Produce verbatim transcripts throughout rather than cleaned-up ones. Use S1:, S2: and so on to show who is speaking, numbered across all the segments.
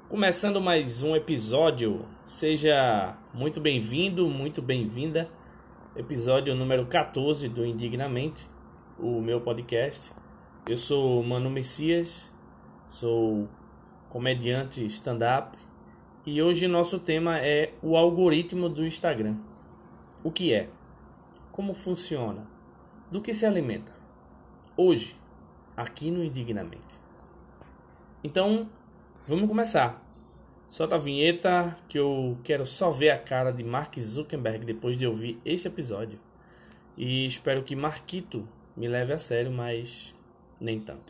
S1: Começando mais um episódio, seja muito bem-vindo, muito bem-vinda. Episódio número quatorze do Indignamente, o meu podcast. Eu sou Mano Messias, sou comediante stand-up e hoje nosso tema é o algoritmo do Instagram. O que é? Como funciona? Do que se alimenta? Hoje, aqui no Indignamente. Então, vamos começar. Solta a vinheta que eu quero só ver a cara de Mark Zuckerberg depois de ouvir este episódio. E espero que Marquito me leve a sério, mas nem tanto.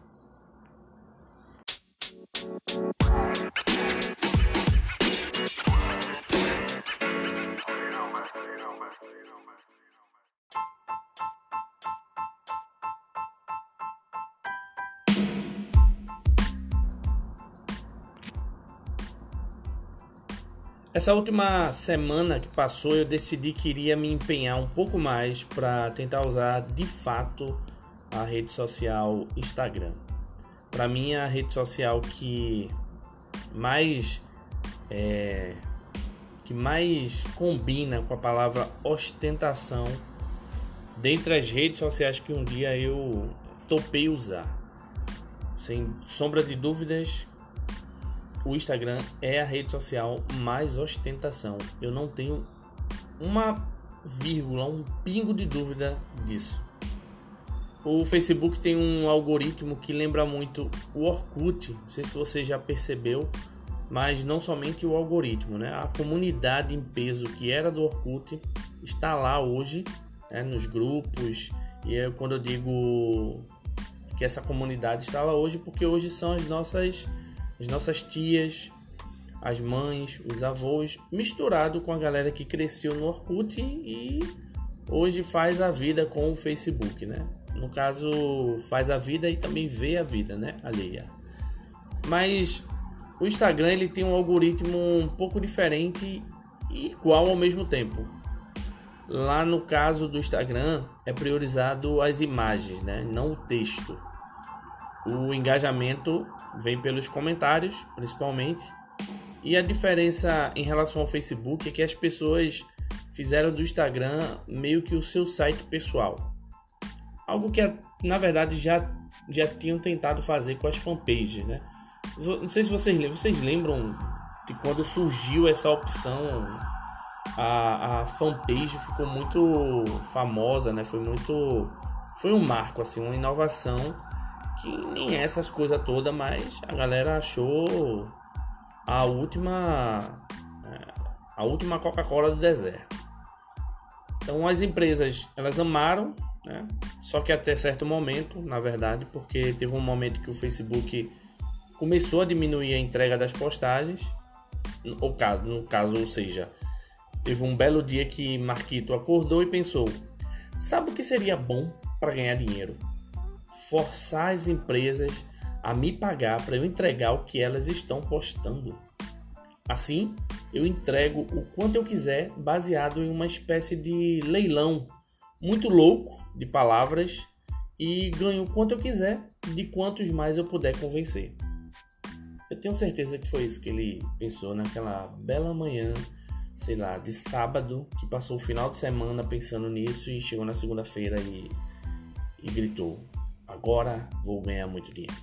S1: Essa última semana que passou, eu decidi que iria me empenhar um pouco mais para tentar usar de fato a rede social Instagram. Para mim, é a rede social que mais é, que mais combina com a palavra ostentação dentre as redes sociais que um dia eu topei usar. Sem sombra de dúvidas, o Instagram é a rede social mais ostentação. Eu não tenho uma vírgula, um pingo de dúvida disso. O Facebook tem um algoritmo que lembra muito o Orkut. Não sei se você já percebeu, mas não somente o algoritmo, né? A comunidade em peso que era do Orkut está lá hoje, né, nos grupos. E é quando eu digo que essa comunidade está lá hoje, porque hoje são as nossas as nossas tias, as mães, os avós, misturado com a galera que cresceu no Orkut e hoje faz a vida com o Facebook, né? No caso, faz a vida e também vê a vida, né? Alheia. Mas o Instagram, ele tem um algoritmo um pouco diferente e igual ao mesmo tempo. Lá no caso do Instagram, é priorizado as imagens, né? Não o texto. O engajamento vem pelos comentários, principalmente. E a diferença em relação ao Facebook é que as pessoas fizeram do Instagram meio que o seu site pessoal. Algo que, na verdade, já, já tinham tentado fazer com as fanpages, né? Não sei se vocês lembram, vocês lembram de quando surgiu essa opção. A, a fanpage ficou muito famosa, né? Foi muito... Foi um marco, assim, uma inovação que nem essas coisas todas, mas a galera achou a última a última Coca-Cola do deserto. Então as empresas, elas amaram, né? Só que até certo momento, na verdade, porque teve um momento que o Facebook começou a diminuir a entrega das postagens, no caso, no caso, ou seja, teve um belo dia que Marquito acordou e pensou: sabe o que seria bom para ganhar dinheiro? Forçar as empresas a me pagar para eu entregar o que elas estão postando. Assim, eu entrego o quanto eu quiser, baseado em uma espécie de leilão muito louco de palavras, e ganho o quanto eu quiser de quantos mais eu puder convencer. Eu tenho certeza que foi isso que ele pensou naquela bela manhã, sei lá, de sábado, que passou o final de semana pensando nisso e chegou na segunda-feira e, e gritou: agora vou ganhar muito dinheiro.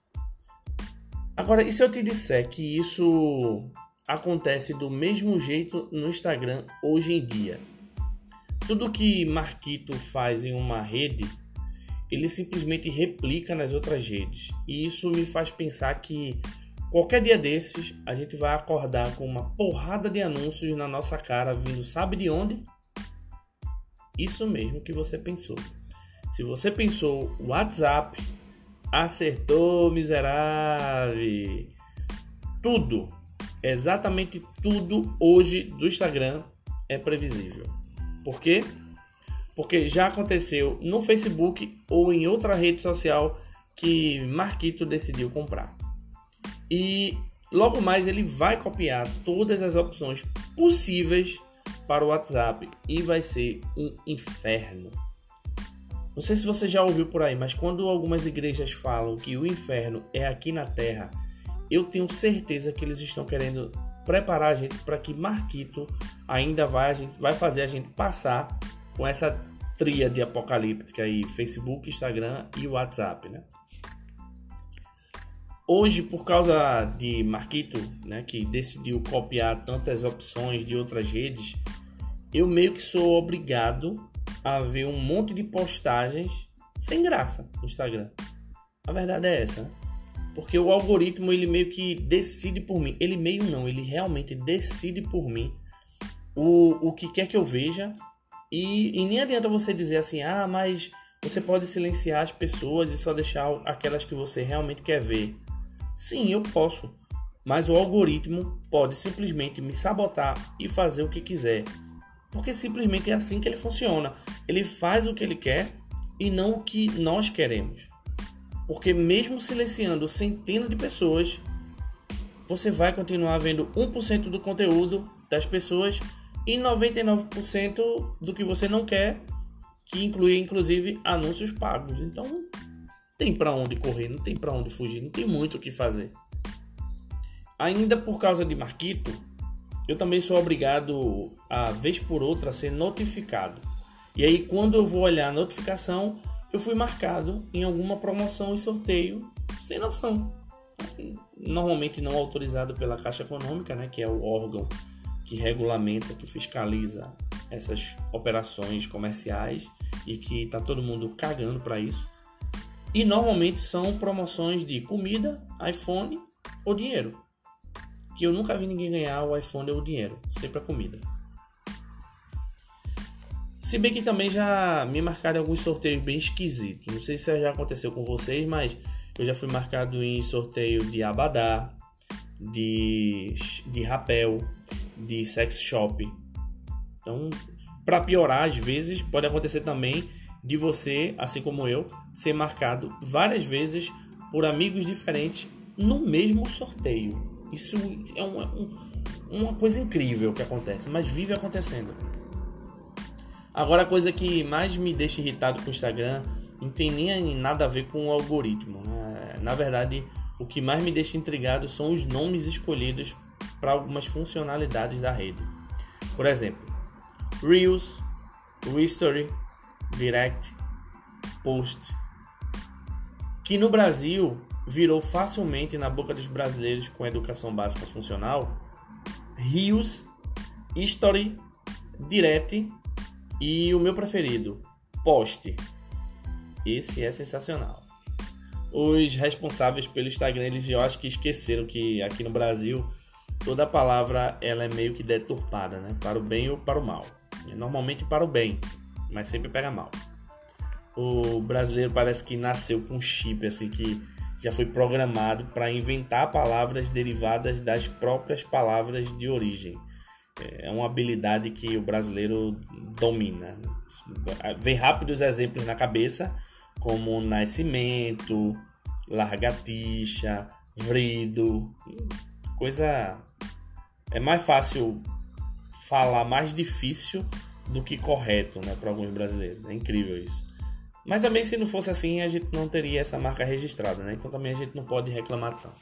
S1: Agora, e se eu te disser que isso acontece do mesmo jeito no Instagram hoje em dia? Tudo que Marquito faz em uma rede, ele simplesmente replica nas outras redes. E isso me faz pensar que qualquer dia desses a gente vai acordar com uma porrada de anúncios na nossa cara vindo sabe de onde? Isso mesmo que você pensou. Se você pensou WhatsApp, acertou, miserável. Tudo, exatamente tudo hoje do Instagram é previsível. Por quê? Porque já aconteceu no Facebook ou em outra rede social que Marquito decidiu comprar. E logo mais ele vai copiar todas as opções possíveis para o WhatsApp e vai ser um inferno. Não sei se você já ouviu por aí, mas quando algumas igrejas falam que o inferno é aqui na terra eu tenho certeza que eles estão querendo preparar a gente para que Marquito ainda vai, a gente, vai fazer a gente passar com essa tríade apocalíptica aí, Facebook, Instagram e WhatsApp, né? Hoje, por causa de Marquito, né, que decidiu copiar tantas opções de outras redes, eu meio que sou obrigado a ver um monte de postagens sem graça no Instagram. A verdade é essa, né? Porque o algoritmo, ele meio que decide por mim. Ele meio não, ele realmente decide por mim o, o que quer que eu veja. E, e nem adianta você dizer assim, ah, mas você pode silenciar as pessoas e só deixar aquelas que você realmente quer ver. Sim, eu posso. Mas o algoritmo pode simplesmente me sabotar e fazer o que quiser. Porque simplesmente é assim que ele funciona. Ele faz o que ele quer e não o que nós queremos. Porque mesmo silenciando centenas de pessoas, você vai continuar vendo um por cento do conteúdo das pessoas e noventa e nove por cento do que você não quer, que inclui inclusive anúncios pagos. Então não tem para onde correr, não tem para onde fugir, não tem muito o que fazer. Ainda por causa de Marquito, eu também sou obrigado a vez por outra a ser notificado. E aí quando eu vou olhar a notificação, eu fui marcado em alguma promoção e sorteio sem noção. Normalmente não autorizado pela Caixa Econômica, né, que é o órgão que regulamenta, que fiscaliza essas operações comerciais e que tá todo mundo cagando para isso. E normalmente são promoções de comida, iPhone ou dinheiro. Que eu nunca vi ninguém ganhar o iPhone ou o dinheiro, sempre a comida. Se bem que também já me marcaram alguns sorteios bem esquisitos. Não sei se já aconteceu com vocês, mas eu já fui marcado em sorteio de abadá, de, de rapel, de sex shop. Então, para piorar, às vezes, pode acontecer também de você, assim como eu, ser marcado várias vezes por amigos diferentes no mesmo sorteio. Isso é uma, uma coisa incrível que acontece, mas vive acontecendo. Agora, a coisa que mais me deixa irritado com o Instagram não tem nem nada a ver com o algoritmo, né? Na verdade, o que mais me deixa intrigado são os nomes escolhidos para algumas funcionalidades da rede. Por exemplo, Reels, History, Direct, Post, que no Brasil virou facilmente na boca dos brasileiros com educação básica funcional, Reels, History, Direct e o meu preferido, Post. Esse é sensacional. Os responsáveis pelo Instagram, eles eu acho que esqueceram que aqui no Brasil toda a palavra ela é meio que deturpada, né? Para o bem ou para o mal. Normalmente para o bem, mas sempre pega mal. O brasileiro parece que nasceu com um chip assim que já foi programado para inventar palavras derivadas das próprias palavras de origem. É uma habilidade que o brasileiro domina. Vem rápidos exemplos na cabeça, como nascimento, largatixa, vrido. Coisa... É mais fácil falar mais difícil do que correto, né, para alguns brasileiros. É incrível isso. Mas também, se não fosse assim, a gente não teria essa marca registrada, né? Então também a gente não pode reclamar tanto.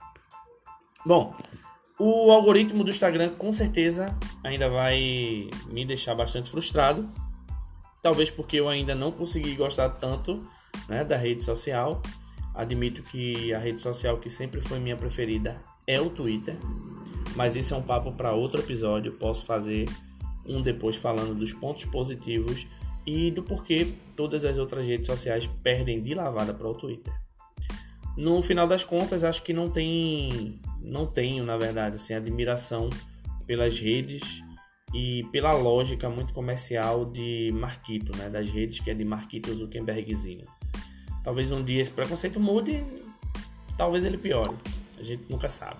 S1: Bom, o algoritmo do Instagram com certeza ainda vai me deixar bastante frustrado. Talvez porque eu ainda não consegui gostar tanto, né, da rede social. Admito que a rede social que sempre foi minha preferida é o Twitter. Mas isso é um papo para outro episódio. Posso fazer um depois falando dos pontos positivos e do porquê todas as outras redes sociais perdem de lavada para o Twitter. No final das contas, acho que não tem, não tenho, na verdade, assim, admiração pelas redes e pela lógica muito comercial de Marquito, né, das redes que é de Marquito Zuckerbergzinho. Talvez um dia esse preconceito mude, talvez ele piore, a gente nunca sabe.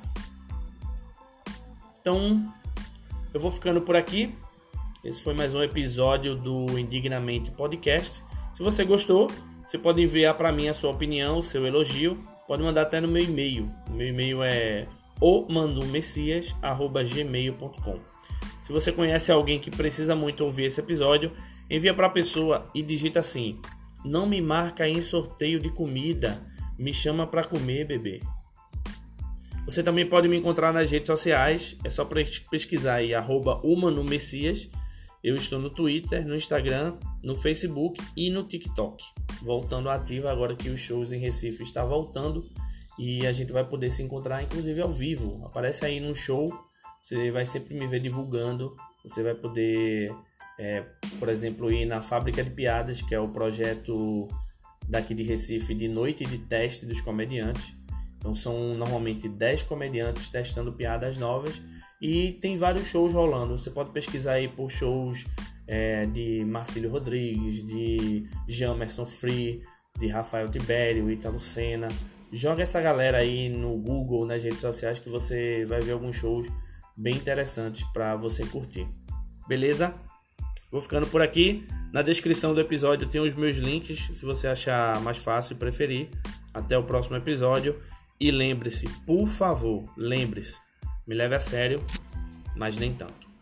S1: Então, eu vou ficando por aqui. Esse foi mais um episódio do Indignamente Podcast. Se você gostou, você pode enviar para mim a sua opinião, o seu elogio. Pode mandar até no meu e-mail. O meu e-mail é o mandumessias arroba gmail ponto com. Se você conhece alguém que precisa muito ouvir esse episódio, envia para a pessoa e digita assim: não me marca em sorteio de comida, me chama para comer, bebê. Você também pode me encontrar nas redes sociais, é só pesquisar aí, arroba Humano Messias. Eu estou no Twitter, no Instagram, no Facebook e no TikTok. Voltando ativo agora que os shows em Recife estão voltando e a gente vai poder se encontrar inclusive ao vivo. Aparece aí num show, você vai sempre me ver divulgando, você vai poder, é, por exemplo, ir na Fábrica de Piadas, que é o projeto daqui de Recife de noite de teste dos comediantes. Então são normalmente dez comediantes testando piadas novas e tem vários shows rolando. Você pode pesquisar aí por shows é, de Marcílio Rodrigues, de Jamerson Free, de Rafael Tibério, Ítalo Senna. Joga essa galera aí no Google, nas redes sociais, que você vai ver alguns shows bem interessantes para você curtir. Beleza? Vou ficando por aqui. Na descrição do episódio tem os meus links, se você achar mais fácil e preferir. Até o próximo episódio. E lembre-se, por favor, lembre-se, me leve a sério, mas nem tanto.